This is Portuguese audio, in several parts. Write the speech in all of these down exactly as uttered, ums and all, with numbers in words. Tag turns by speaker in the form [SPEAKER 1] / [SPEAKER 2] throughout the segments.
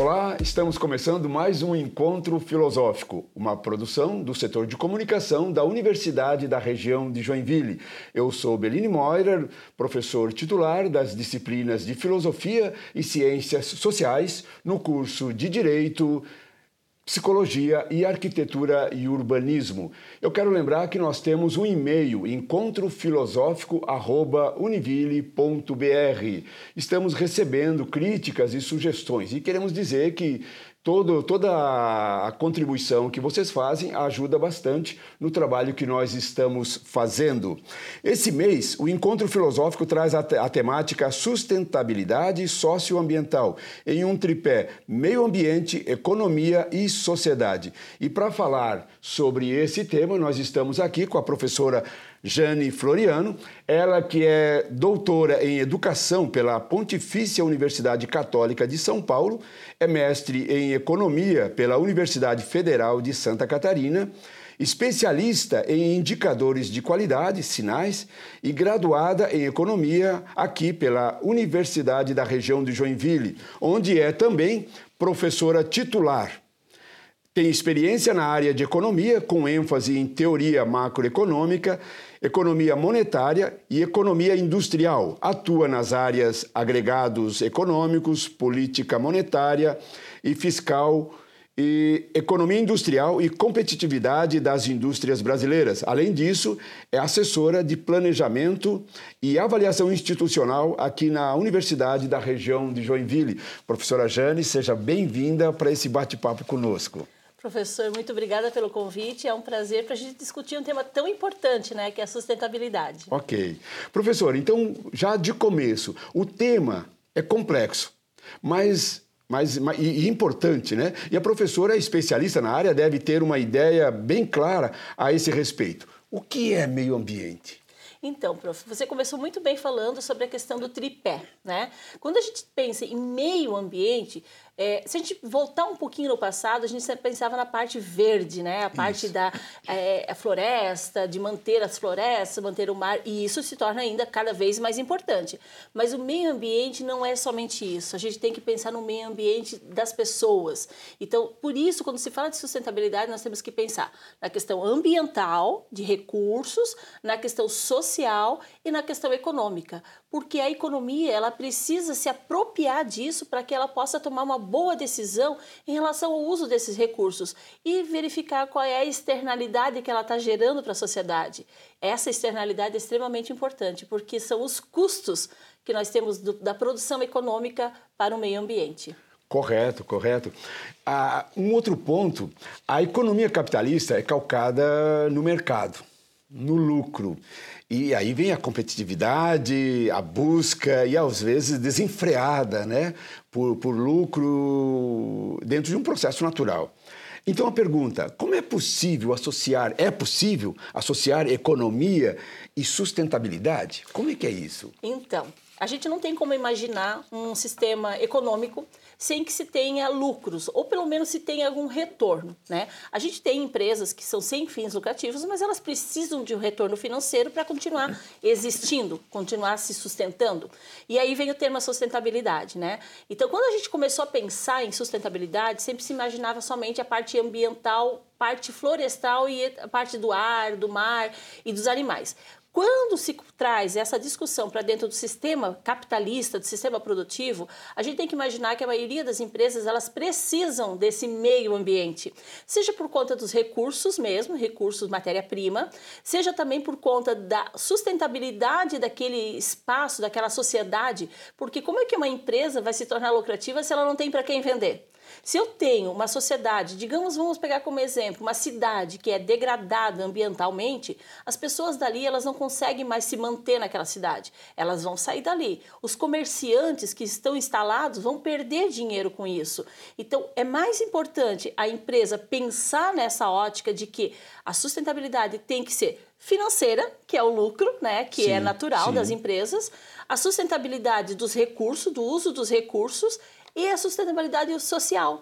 [SPEAKER 1] Olá, estamos começando mais um Encontro Filosófico, uma produção do setor de comunicação da Universidade da Região de Joinville. Eu sou Beline Moirer, professor titular das disciplinas de Filosofia e Ciências Sociais no curso de Direito, Psicologia e Arquitetura e Urbanismo. Eu quero lembrar que nós temos um e-mail, encontrofilosófico arroba univille ponto br. Estamos recebendo críticas e sugestões e queremos dizer que todo, toda a contribuição que vocês fazem ajuda bastante no trabalho que nós estamos fazendo. Esse mês, o Encontro Filosófico traz a, te- a temática sustentabilidade socioambiental em um tripé meio ambiente, economia e sociedade. E para falar sobre esse tema, nós estamos aqui com a professora Jane Floriano, ela que é doutora em Educação pela Pontifícia Universidade Católica de São Paulo, é mestre em Economia pela Universidade Federal de Santa Catarina, especialista em indicadores de qualidade, sinais, e graduada em Economia aqui pela Universidade da Região de Joinville, onde é também professora titular. Tem experiência na área de economia, com ênfase em teoria macroeconômica, economia monetária e economia industrial. Atua nas áreas agregados econômicos, política monetária e fiscal, e economia industrial e competitividade das indústrias brasileiras. Além disso, é assessora de planejamento e avaliação institucional aqui na Universidade da Região de Joinville. Professora Jane, seja bem-vinda para esse bate-papo conosco.
[SPEAKER 2] Professor, muito obrigada pelo convite. É um prazer para a gente discutir um tema tão importante, né, que é a sustentabilidade.
[SPEAKER 1] Ok. Professor, então, já de começo, o tema é complexo, mas, mas, mas e, e importante, né? E a professora é especialista na área, deve ter uma ideia bem clara a esse respeito. O que é meio ambiente?
[SPEAKER 2] Então, prof, você começou muito bem falando sobre a questão do tripé, né? Quando a gente pensa em meio ambiente, é, se a gente voltar um pouquinho no passado, a gente sempre pensava na parte verde, né? A parte isso. da é, a floresta, de manter as florestas, manter o mar, e isso se torna ainda cada vez mais importante. Mas o meio ambiente não é somente isso, a gente tem que pensar no meio ambiente das pessoas. Então, por isso, quando se fala de sustentabilidade, nós temos que pensar na questão ambiental, de recursos, na questão social, social e na questão econômica, porque a economia ela precisa se apropriar disso para que ela possa tomar uma boa decisão em relação ao uso desses recursos e verificar qual é a externalidade que ela está gerando para a sociedade. Essa externalidade é extremamente importante, porque são os custos que nós temos do, da produção econômica para o meio ambiente.
[SPEAKER 1] Correto, correto. Ah, um outro ponto, a economia capitalista é calcada no mercado, no lucro. E aí vem a competitividade, a busca e, às vezes, desenfreada, né? por, por lucro dentro de um processo natural. Então, a pergunta, como é possível associar, é possível associar economia e sustentabilidade? Como é que é isso?
[SPEAKER 2] Então, a gente não tem como imaginar um sistema econômico sem que se tenha lucros, ou pelo menos se tenha algum retorno, né? A gente tem empresas que são sem fins lucrativos, mas elas precisam de um retorno financeiro para continuar existindo, continuar se sustentando. E aí vem o termo sustentabilidade, né? Então, quando a gente começou a pensar em sustentabilidade, sempre se imaginava somente a parte ambiental, parte florestal e a parte do ar, do mar e dos animais. Quando se traz essa discussão para dentro do sistema capitalista, do sistema produtivo, a gente tem que imaginar que a maioria das empresas elas precisam desse meio ambiente, seja por conta dos recursos mesmo, recursos matéria-prima, seja também por conta da sustentabilidade daquele espaço, daquela sociedade, porque como é que uma empresa vai se tornar lucrativa se ela não tem para quem vender? Se eu tenho uma sociedade, digamos, vamos pegar como exemplo, uma cidade que é degradada ambientalmente, as pessoas dali elas não conseguem mais se manter naquela cidade, elas vão sair dali. Os comerciantes que estão instalados vão perder dinheiro com isso. Então, é mais importante a empresa pensar nessa ótica de que a sustentabilidade tem que ser financeira, que é o lucro, né, que sim, é natural sim. das empresas, a sustentabilidade dos recursos, do uso dos recursos, e a sustentabilidade social.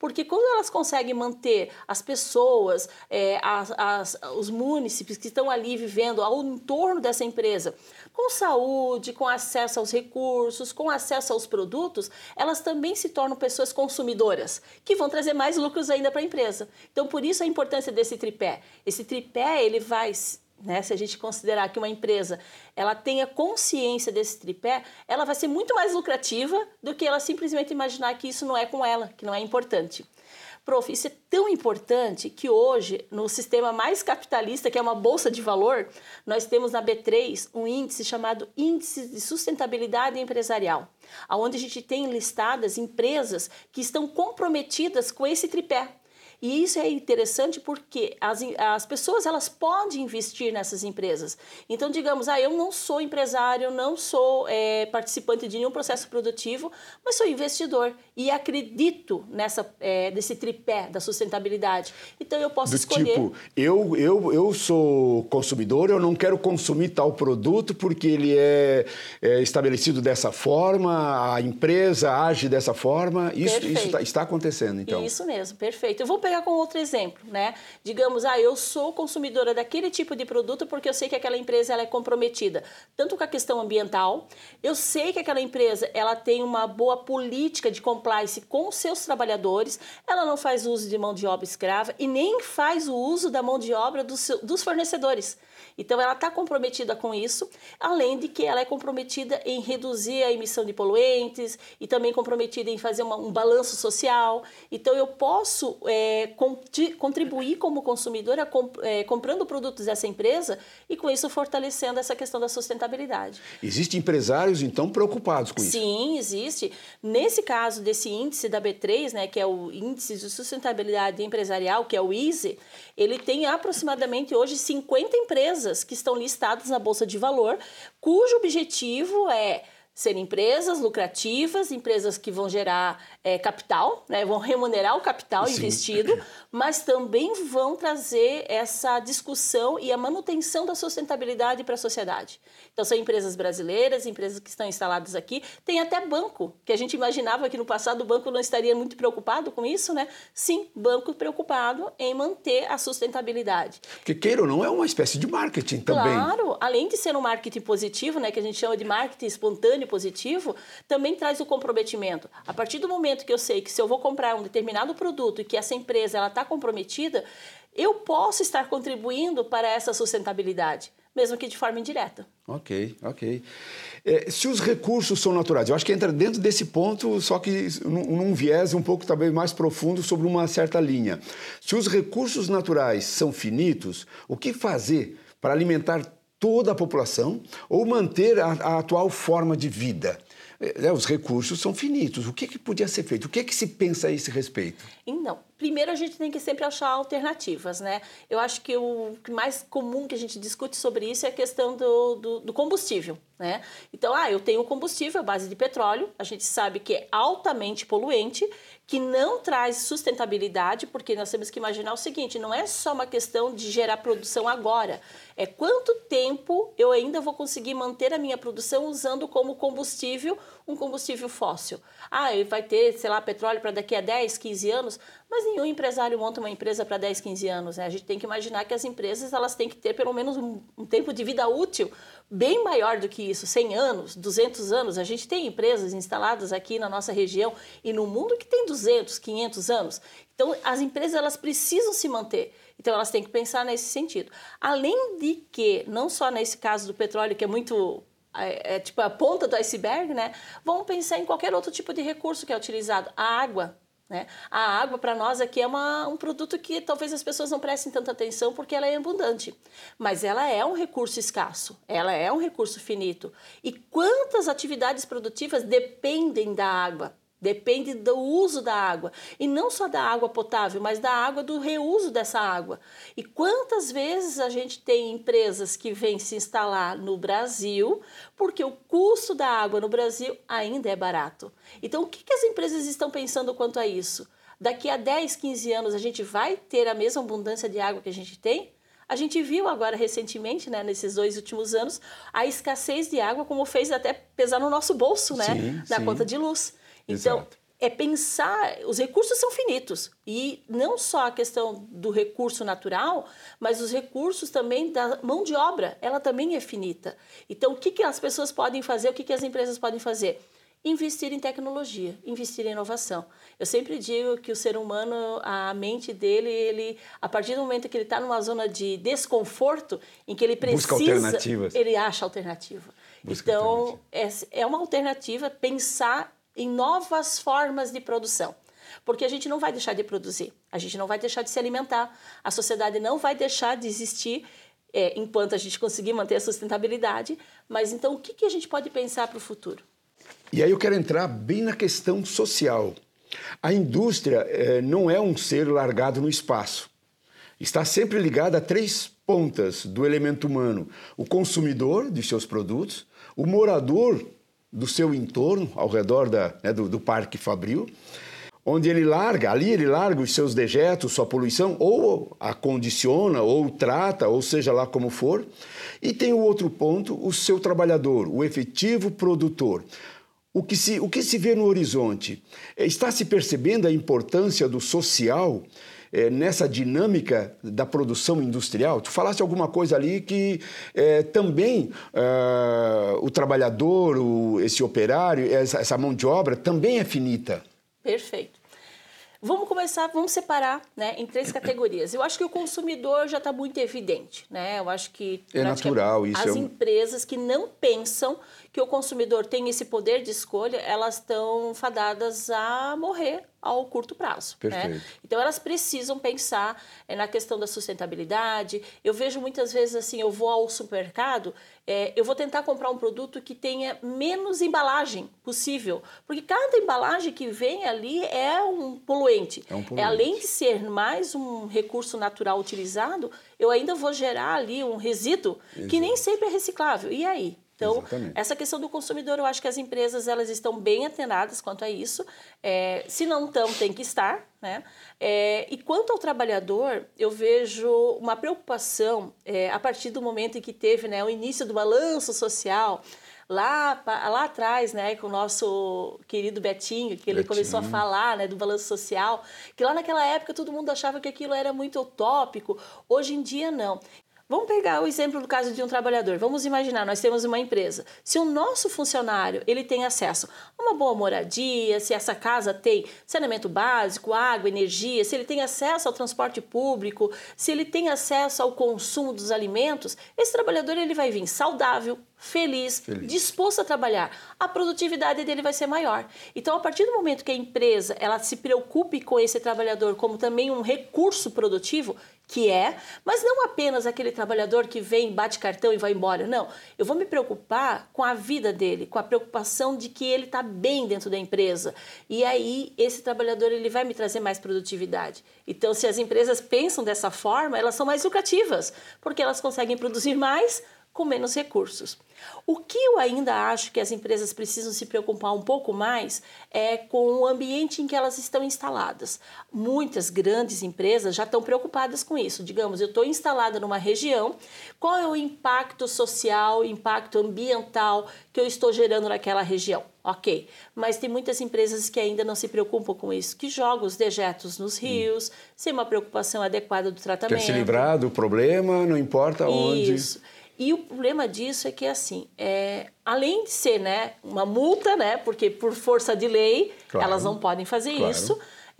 [SPEAKER 2] Porque quando elas conseguem manter as pessoas, é, as, as, os munícipes que estão ali vivendo ao entorno dessa empresa, com saúde, com acesso aos recursos, com acesso aos produtos, elas também se tornam pessoas consumidoras, que vão trazer mais lucros ainda para a empresa. Então, por isso a importância desse tripé. Esse tripé, ele vai... Né, se a gente considerar que uma empresa ela tenha consciência desse tripé, ela vai ser muito mais lucrativa do que ela simplesmente imaginar que isso não é com ela, que não é importante. Prof, isso é tão importante que hoje, no sistema mais capitalista, que é uma bolsa de valor, nós temos na B três um índice chamado Índice de Sustentabilidade Empresarial, onde a gente tem listadas empresas que estão comprometidas com esse tripé. E isso é interessante porque as, as pessoas elas podem investir nessas empresas. Então, digamos, ah, eu não sou empresário, não sou é, participante de nenhum processo produtivo, mas sou investidor e acredito nessa, é, nesse tripé da sustentabilidade. Então, eu posso
[SPEAKER 1] Do
[SPEAKER 2] escolher...
[SPEAKER 1] Tipo, eu, eu, eu sou consumidor, eu não quero consumir tal produto porque ele é, é estabelecido dessa forma, a empresa age dessa forma. Isso, isso tá, está acontecendo, então.
[SPEAKER 2] Isso mesmo, perfeito. Eu vou pegar com outro exemplo, né? Digamos, ah, eu sou consumidora daquele tipo de produto porque eu sei que aquela empresa ela é comprometida tanto com a questão ambiental, eu sei que aquela empresa ela tem uma boa política de compliance com os seus trabalhadores, ela não faz uso de mão de obra escrava e nem faz o uso da mão de obra dos, dos fornecedores. Então, ela está comprometida com isso, além de que ela é comprometida em reduzir a emissão de poluentes e também comprometida em fazer uma, um balanço social. Então, eu posso é, contribuir como consumidora comp, é, comprando produtos dessa empresa e, com isso, fortalecendo essa questão da sustentabilidade.
[SPEAKER 1] Existem empresários, então, preocupados com isso?
[SPEAKER 2] Sim, existe. Nesse caso desse índice da B três, né, que é o Índice de Sustentabilidade Empresarial, que é o I S E, ele tem aproximadamente hoje cinquenta empresas que estão listadas na Bolsa de Valor, cujo objetivo é ser empresas lucrativas, empresas que vão gerar é, capital, né, vão remunerar o capital Sim. investido, mas também vão trazer essa discussão e a manutenção da sustentabilidade para a sociedade. Então, são empresas brasileiras, empresas que estão instaladas aqui, tem até banco, que a gente imaginava que no passado o banco não estaria muito preocupado com isso, né? Sim, banco preocupado em manter a sustentabilidade.
[SPEAKER 1] Porque, queira ou não, é uma espécie de marketing também.
[SPEAKER 2] Claro, além de ser um marketing positivo, né, que a gente chama de marketing espontâneo positivo, também traz o comprometimento. A partir do momento que eu sei que se eu vou comprar um determinado produto e que essa empresa ela está comprometida, eu posso estar contribuindo para essa sustentabilidade, mesmo que de forma indireta.
[SPEAKER 1] Ok, ok. É, se os recursos são naturais, eu acho que entra dentro desse ponto, só que num, num viés um pouco também mais profundo sobre uma certa linha. Se os recursos naturais são finitos, o que fazer para alimentar toda a população ou manter a, a atual forma de vida? É, os recursos são finitos. O que, que podia ser feito? O que, que se pensa a esse respeito?
[SPEAKER 2] Então, primeiro a gente tem que sempre achar alternativas, né? Eu acho que o mais comum que a gente discute sobre isso é a questão do, do, do combustível, né? Então, ah, eu tenho combustível à base de petróleo, a gente sabe que é altamente poluente, que não traz sustentabilidade, porque nós temos que imaginar o seguinte, não é só uma questão de gerar produção agora, é quanto tempo eu ainda vou conseguir manter a minha produção usando como combustível um combustível fóssil. Ah, ele vai ter, sei lá, petróleo para daqui a dez, quinze anos, mas nenhum empresário monta uma empresa para dez, quinze anos, né? A gente tem que imaginar que as empresas elas têm que ter pelo menos um, um tempo de vida útil bem maior do que isso, cem anos, duzentos anos. A gente tem empresas instaladas aqui na nossa região e no mundo que tem duzentos, quinhentos anos. Então, as empresas elas precisam se manter. Então, elas têm que pensar nesse sentido. Além de que, não só nesse caso do petróleo, que é muito... É, é tipo a ponta do iceberg, né? Vamos pensar em qualquer outro tipo de recurso que é utilizado. A água, né? A água, para nós, aqui é uma, um produto que talvez as pessoas não prestem tanta atenção porque ela é abundante. Mas ela é um recurso escasso, ela é um recurso finito. E quantas atividades produtivas dependem da água? Depende do uso da água. E não só da água potável, mas da água, do reuso dessa água. E quantas vezes a gente tem empresas que vêm se instalar no Brasil porque o custo da água no Brasil ainda é barato. Então, o que, que as empresas estão pensando quanto a isso? Daqui a dez, quinze anos, a gente vai ter a mesma abundância de água que a gente tem? A gente viu agora recentemente, né, nesses dois últimos anos, a escassez de água, como fez até pesar no nosso bolso, né,
[SPEAKER 1] sim,
[SPEAKER 2] na
[SPEAKER 1] sim.
[SPEAKER 2] conta de luz. Então,
[SPEAKER 1] Exato.
[SPEAKER 2] é pensar, os recursos são finitos, e não só a questão do recurso natural, mas os recursos também da mão de obra, ela também é finita. Então, o que, que as pessoas podem fazer, o que, que as empresas podem fazer? Investir em tecnologia, investir em inovação. Eu sempre digo que o ser humano, a mente dele, ele, a partir do momento que ele está numa zona de desconforto, em que ele precisa...
[SPEAKER 1] Busca alternativas.
[SPEAKER 2] Ele acha alternativa. Busca então, alternativa. é, é uma alternativa pensar em novas formas de produção. Porque a gente não vai deixar de produzir, a gente não vai deixar de se alimentar, a sociedade não vai deixar de existir é, enquanto a gente conseguir manter a sustentabilidade. Mas então, o que, que a gente pode pensar para o futuro?
[SPEAKER 1] E aí eu quero entrar bem na questão social. A indústria eh, não é um ser largado no espaço. Está sempre ligada a três pontas do elemento humano: o consumidor de seus produtos, o morador do seu entorno, ao redor da, né, do, do Parque Fabril, onde ele larga, ali ele larga os seus dejetos, sua poluição, ou a condiciona, ou trata, ou seja lá como for. E tem o outro ponto, o seu trabalhador, o efetivo produtor. O que se, o que se vê no horizonte? Está se percebendo a importância do social é, nessa dinâmica da produção industrial? Tu falaste alguma coisa ali que é, também é, o trabalhador, o, esse operário, essa, essa mão de obra também é finita.
[SPEAKER 2] Perfeito. Vamos começar, vamos separar, né, em três categorias. Eu acho que o consumidor já está muito evidente, né? Eu acho que
[SPEAKER 1] é natural isso.
[SPEAKER 2] As
[SPEAKER 1] é um...
[SPEAKER 2] empresas que não pensam que o consumidor tem esse poder de escolha, elas estão fadadas a morrer ao curto prazo.
[SPEAKER 1] Perfeito.
[SPEAKER 2] Né? Então, elas precisam pensar é, na questão da sustentabilidade. Eu vejo muitas vezes assim, eu vou ao supermercado, é, eu vou tentar comprar um produto que tenha menos embalagem possível, porque cada embalagem que vem ali é um poluente.
[SPEAKER 1] É um poluente.
[SPEAKER 2] É, além de ser mais um recurso natural utilizado, eu ainda vou gerar ali um resíduo Exato. Que nem sempre é reciclável. E aí? Então, Exatamente. Essa questão do consumidor, eu acho que as empresas elas estão bem atenadas quanto a isso. É, se não estão, tem que estar. Né? É, e quanto ao trabalhador, eu vejo uma preocupação é, a partir do momento em que teve, né, o início do balanço social, lá, lá atrás, né, com o nosso querido Betinho, que ele Betinho. começou a falar, né, do balanço social, que lá naquela época todo mundo achava que aquilo era muito utópico. Hoje em dia, não. Vamos pegar o exemplo do caso de um trabalhador. Vamos imaginar, nós temos uma empresa. Se o nosso funcionário ele tem acesso a uma boa moradia, se essa casa tem saneamento básico, água, energia, se ele tem acesso ao transporte público, se ele tem acesso ao consumo dos alimentos, esse trabalhador ele vai vir saudável, feliz, feliz, disposto a trabalhar. A produtividade dele vai ser maior. Então, a partir do momento que a empresa ela se preocupe com esse trabalhador como também um recurso produtivo, que é, mas não apenas aquele trabalhador que vem, bate cartão e vai embora. Não, eu vou me preocupar com a vida dele, com a preocupação de que ele está bem dentro da empresa. E aí, esse trabalhador ele vai me trazer mais produtividade. Então, se as empresas pensam dessa forma, elas são mais lucrativas, porque elas conseguem produzir mais com menos recursos. O que eu ainda acho que as empresas precisam se preocupar um pouco mais é com o ambiente em que elas estão instaladas. Muitas grandes empresas já estão preocupadas com isso. Digamos, eu estou instalada numa região, qual é o impacto social, impacto ambiental que eu estou gerando naquela região? Ok, mas tem muitas empresas que ainda não se preocupam com isso, que jogam os dejetos nos rios, hum. sem uma preocupação adequada do tratamento.
[SPEAKER 1] Quer se livrar do problema, não importa onde.
[SPEAKER 2] Isso. E o problema disso é que, assim, é, além de ser, né, uma multa, né, porque por força de lei claro, elas não podem fazer claro. isso,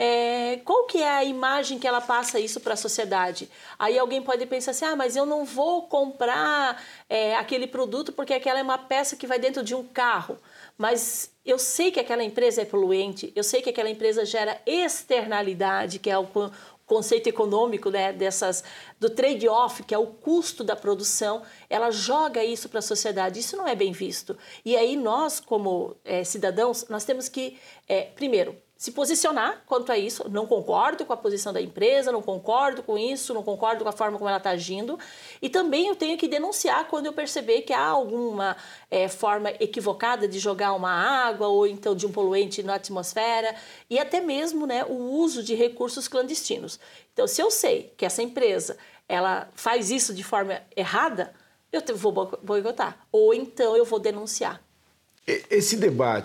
[SPEAKER 2] é, qual que é a imagem que ela passa isso para a sociedade? Aí alguém pode pensar assim, ah, mas eu não vou comprar é, aquele produto porque aquela é uma peça que vai dentro de um carro. Mas eu sei que aquela empresa é poluente, eu sei que aquela empresa gera externalidade, que é o conceito econômico, né, dessas, do trade-off, que é o custo da produção, ela joga isso para a sociedade. Isso não é bem visto. E aí nós, como é, cidadãos, nós temos que, é, primeiro, se posicionar quanto a isso. Não concordo com a posição da empresa, não concordo com isso, não concordo com a forma como ela está agindo. E também eu tenho que denunciar quando eu perceber que há alguma é, forma equivocada de jogar uma água ou então de um poluente na atmosfera e até mesmo, né, o uso de recursos clandestinos. Então, se eu sei que essa empresa ela faz isso de forma errada, eu vou boicotar ou então eu vou denunciar.
[SPEAKER 1] Esse debate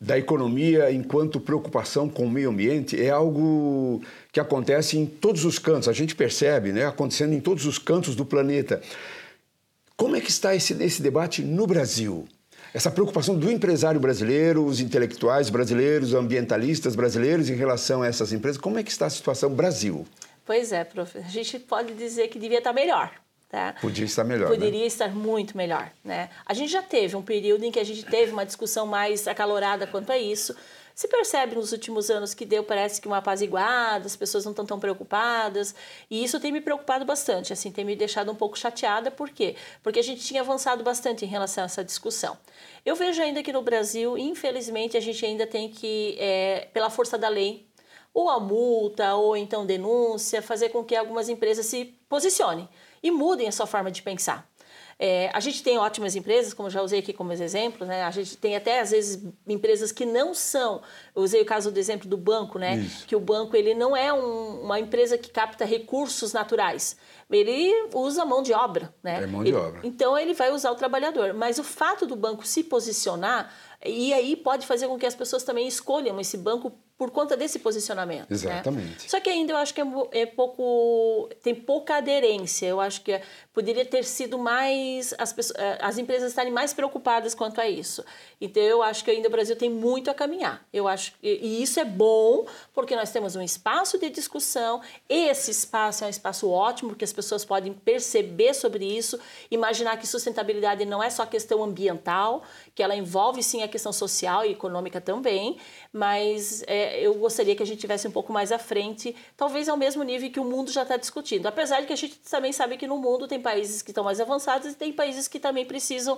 [SPEAKER 1] da economia enquanto preocupação com o meio ambiente é algo que acontece em todos os cantos, a gente percebe, né, acontecendo em todos os cantos do planeta. Como é que está esse, esse debate no Brasil? Essa preocupação do empresário brasileiro, os intelectuais brasileiros, ambientalistas brasileiros em relação a essas empresas, como é que está a situação no Brasil?
[SPEAKER 2] Pois é, prof. A gente pode dizer que devia estar melhor. Tá?
[SPEAKER 1] Podia estar melhor,
[SPEAKER 2] Poderia
[SPEAKER 1] né?
[SPEAKER 2] estar muito melhor, né? A gente já teve um período em que a gente teve uma discussão mais acalorada quanto a isso. Se percebe nos últimos anos que deu, parece que uma apaziguada, as pessoas não estão tão preocupadas. E isso tem me preocupado bastante, assim, tem me deixado um pouco chateada. Por quê? Porque a gente tinha avançado bastante em relação a essa discussão. Eu vejo ainda que no Brasil, infelizmente, a gente ainda tem que, é, pela força da lei, ou a multa, ou então denúncia, fazer com que algumas empresas se posicionem e mudem a sua forma de pensar. É, a gente tem ótimas empresas, como eu já usei aqui como exemplo, né? A gente tem até, às vezes, empresas que não são... Eu usei o caso do exemplo do banco, né? Isso. Que o banco ele não é um, uma empresa que capta recursos naturais. Ele usa mão de obra, né?
[SPEAKER 1] É mão de
[SPEAKER 2] ele,
[SPEAKER 1] obra.
[SPEAKER 2] Então, ele vai usar o trabalhador. Mas o fato do banco se posicionar, e aí pode fazer com que as pessoas também escolham esse banco por conta desse posicionamento.
[SPEAKER 1] Exatamente.
[SPEAKER 2] Né? Só que ainda eu acho que é, é pouco, tem pouca aderência. Eu acho que poderia ter sido mais, as, pessoas, as empresas estarem mais preocupadas quanto a isso. Então eu acho que ainda o Brasil tem muito a caminhar. Eu acho, e isso é bom, porque nós temos um espaço de discussão. Esse espaço é um espaço ótimo, porque as pessoas podem perceber sobre isso, imaginar que sustentabilidade não é só questão ambiental, que ela envolve sim a questão social e econômica também, mas é, eu gostaria que a gente tivesse um pouco mais à frente, talvez ao mesmo nível que o mundo já está discutindo. Apesar de que a gente também sabe que no mundo tem países que estão mais avançados e tem países que também precisam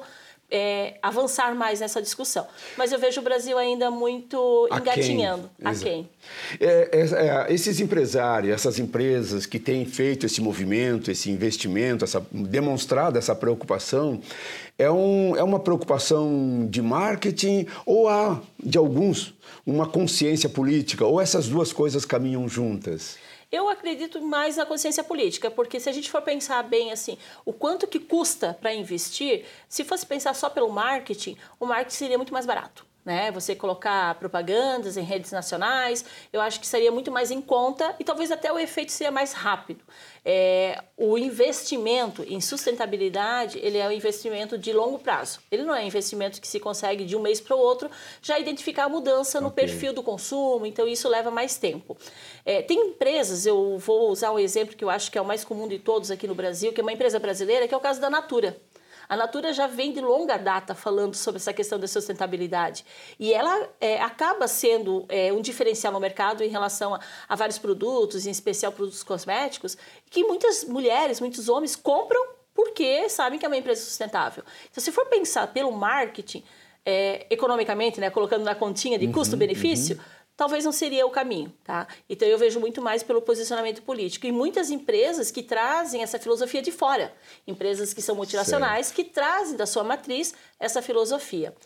[SPEAKER 2] é, avançar mais nessa discussão. Mas eu vejo o Brasil ainda muito engatinhando, aquém.
[SPEAKER 1] É, é, é, esses empresários, essas empresas que têm feito esse movimento, esse investimento, essa, demonstrado essa preocupação, é, um, é uma preocupação de marketing ou há, de alguns, uma consciência política? Ou essas duas coisas caminham juntas?
[SPEAKER 2] Eu acredito mais na consciência política, porque se a gente for pensar bem assim, o quanto que custa para investir, se fosse pensar só pelo marketing, o marketing seria muito mais barato. Né? Você colocar propagandas em redes nacionais, eu acho que seria muito mais em conta e talvez até o efeito seria mais rápido. É, o investimento em sustentabilidade, ele é um investimento de longo prazo. Ele não é um investimento que se consegue de um mês para o outro já identificar a mudança no okay. perfil do consumo, então isso leva mais tempo. É, tem empresas, eu vou usar um exemplo que eu acho que é o mais comum de todos aqui no Brasil, que é uma empresa brasileira, que é o caso da Natura. A Natura já vem de longa data falando sobre essa questão da sustentabilidade e ela é, acaba sendo é, um diferencial no mercado em relação a, a vários produtos, em especial produtos cosméticos, que muitas mulheres, muitos homens compram porque sabem que é uma empresa sustentável. Então, se for pensar pelo marketing, é, economicamente, né, colocando na continha de custo-benefício, uhum, uhum. talvez não seria o caminho, tá? Então eu vejo muito mais pelo posicionamento político. E muitas empresas que trazem essa filosofia de fora. Empresas que são multinacionais, certo. Que trazem da sua matriz essa filosofia.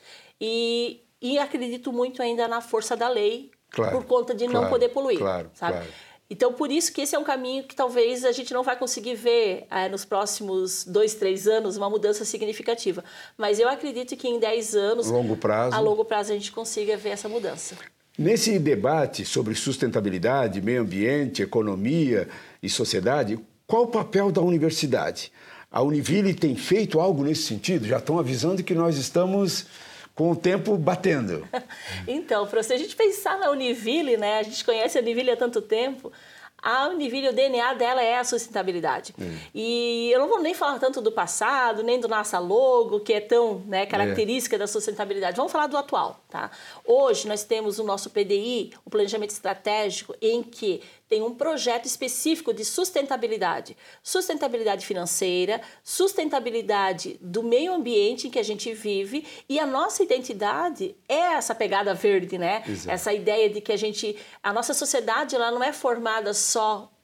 [SPEAKER 2] E, e acredito muito ainda na força da lei, claro, por conta de claro, não poder poluir,
[SPEAKER 1] claro,
[SPEAKER 2] sabe?
[SPEAKER 1] Claro.
[SPEAKER 2] Então, por isso que esse é um caminho que talvez a gente não vai conseguir ver é, nos próximos dois, três anos uma mudança significativa. Mas eu acredito que em dez anos,
[SPEAKER 1] longo prazo.
[SPEAKER 2] a longo prazo, a gente consiga ver essa mudança.
[SPEAKER 1] Nesse debate sobre sustentabilidade, meio ambiente, economia e sociedade, qual o papel da universidade? A Univille tem feito algo nesse sentido? Já estão avisando que nós estamos com o tempo batendo.
[SPEAKER 2] Então, para se a gente pensar na Univille, né, a gente conhece a Univille há tanto tempo, a Univille, o D N A dela é a sustentabilidade. Hum. E eu não vou nem falar tanto do passado, nem do nossa logo, que é tão, né, característica é. da sustentabilidade. Vamos falar do atual, tá? Hoje nós temos o nosso P D I, o Planejamento Estratégico, em que tem um projeto específico de sustentabilidade. Sustentabilidade financeira, sustentabilidade do meio ambiente em que a gente vive, e a nossa identidade é essa pegada verde, né? Exato. Essa ideia de que a gente, a nossa sociedade, ela não é formada só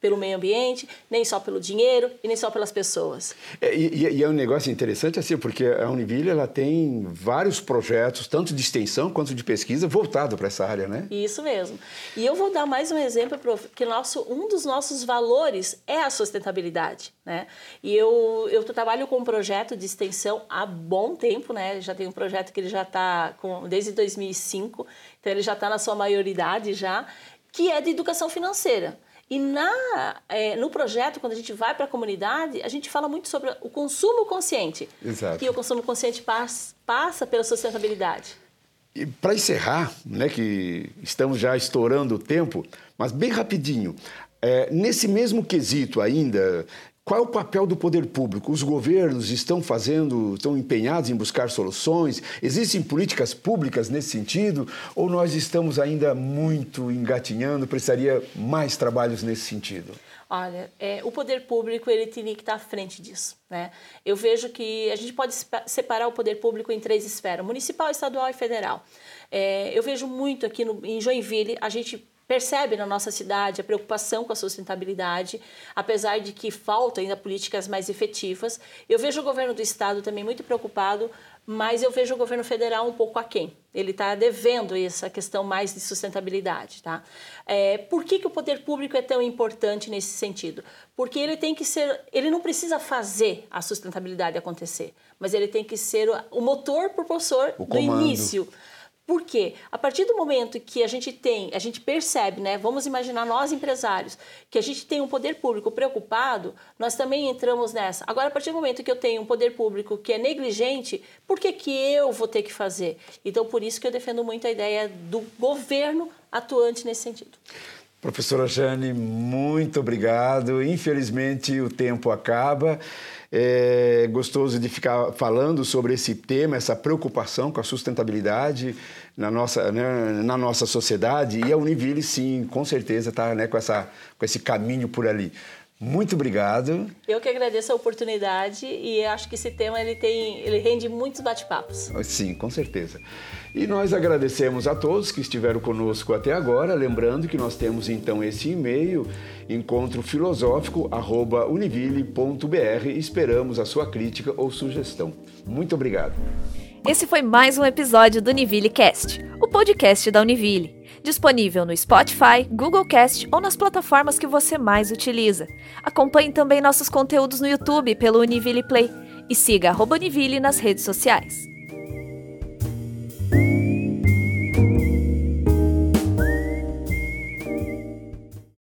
[SPEAKER 2] pelo meio ambiente, nem só pelo dinheiro e nem só pelas pessoas.
[SPEAKER 1] É, e, e é um negócio interessante assim, porque a Univille ela tem vários projetos, tanto de extensão quanto de pesquisa, voltado para essa área, né?
[SPEAKER 2] Isso mesmo. E eu vou dar mais um exemplo, prof, que nosso, um dos nossos valores é a sustentabilidade, né? E eu, eu trabalho com um projeto de extensão há bom tempo, né? Já tem um projeto que ele já está desde dois mil e cinco, então ele já está na sua maioridade já, que é de educação financeira. E na, é, no projeto, quando a gente vai para a comunidade, a gente fala muito sobre o consumo consciente.
[SPEAKER 1] Exato.
[SPEAKER 2] E o consumo consciente passa, passa pela sustentabilidade.
[SPEAKER 1] E para encerrar, né, que estamos já estourando o tempo, mas bem rapidinho, é, nesse mesmo quesito ainda, qual é o papel do poder público? Os governos estão fazendo, estão empenhados em buscar soluções? Existem políticas públicas nesse sentido? Ou nós estamos ainda muito engatinhando, precisaria mais trabalhos nesse sentido?
[SPEAKER 2] Olha, é, o poder público ele teria que estar à frente disso, né? Eu vejo que a gente pode separar o poder público em três esferas, municipal, estadual e federal. É, eu vejo muito aqui no, em Joinville, a gente percebe na nossa cidade a preocupação com a sustentabilidade, apesar de que faltam ainda políticas mais efetivas. Eu vejo o governo do estado também muito preocupado, mas eu vejo o governo federal um pouco aquém. Ele está devendo essa questão mais de sustentabilidade, tá? É, por que que o poder público é tão importante nesse sentido? Porque ele tem que ser, ele não precisa fazer a sustentabilidade acontecer, mas ele tem que ser o, o motor propulsor do início. Por quê? A partir do momento que a gente tem, a gente percebe, né? Vamos imaginar nós empresários, que a gente tem um poder público preocupado, nós também entramos nessa. Agora, a partir do momento que eu tenho um poder público que é negligente, por que que eu vou ter que fazer? Então, por isso que eu defendo muito a ideia do governo atuante nesse sentido.
[SPEAKER 1] Professora Jane, muito obrigado. Infelizmente, o tempo acaba. É gostoso de ficar falando sobre esse tema, essa preocupação com a sustentabilidade na nossa, né, na nossa sociedade. E a Univille, sim, com certeza está, né, com, essa, com esse caminho por ali. Muito obrigado.
[SPEAKER 2] Eu que agradeço a oportunidade e acho que esse tema ele tem, ele rende muitos bate-papos.
[SPEAKER 1] Sim, com certeza. E nós agradecemos a todos que estiveram conosco até agora, lembrando que nós temos então esse e-mail, encontro filosófico arroba univille ponto br. Esperamos a sua crítica ou sugestão. Muito obrigado.
[SPEAKER 3] Esse foi mais um episódio do Univille Cast, o podcast da Univille. Disponível no Spotify, Google Cast ou nas plataformas que você mais utiliza. Acompanhe também nossos conteúdos no YouTube pelo Univille Play e siga arroba Univille nas redes sociais.